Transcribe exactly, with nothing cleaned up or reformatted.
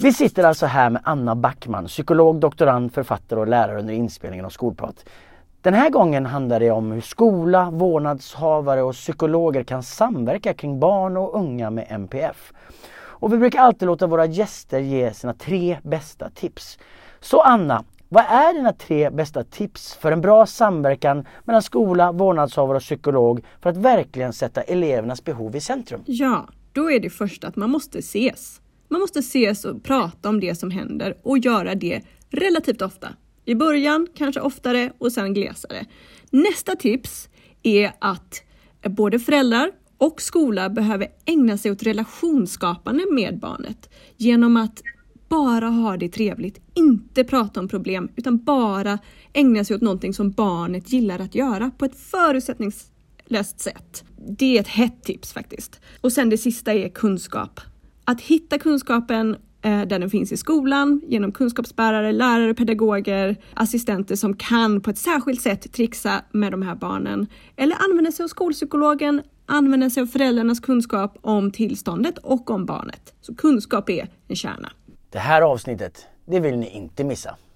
Vi sitter alltså här med Anna Backman, psykolog, doktorand, författare och lärare under inspelningen av Skolprat. Den här gången handlar det om hur skola, vårdnadshavare och psykologer kan samverka kring barn och unga med N P F. Och vi brukar alltid låta våra gäster ge sina tre bästa tips. Så Anna, vad är dina tre bästa tips för en bra samverkan mellan skola, vårdnadshavare och psykolog för att verkligen sätta elevernas behov i centrum? Ja, då är det först att man måste ses. Man måste ses och prata om det som händer och göra det relativt ofta. I början kanske oftare och sen glesare. Nästa tips är att både föräldrar och skola behöver ägna sig åt relationsskapande med barnet genom att bara ha det trevligt, inte prata om problem utan bara ägna sig åt någonting som barnet gillar att göra på ett förutsättningslöst sätt. Det är ett hett tips faktiskt. Och sen det sista är kunskap. Att hitta kunskapen eh, där den finns i skolan genom kunskapsbärare, lärare, pedagoger, assistenter som kan på ett särskilt sätt trixa med de här barnen. Eller använda sig av skolpsykologen, använda sig av föräldrarnas kunskap om tillståndet och om barnet. Så kunskap är en kärna. Det här avsnittet, det vill ni inte missa.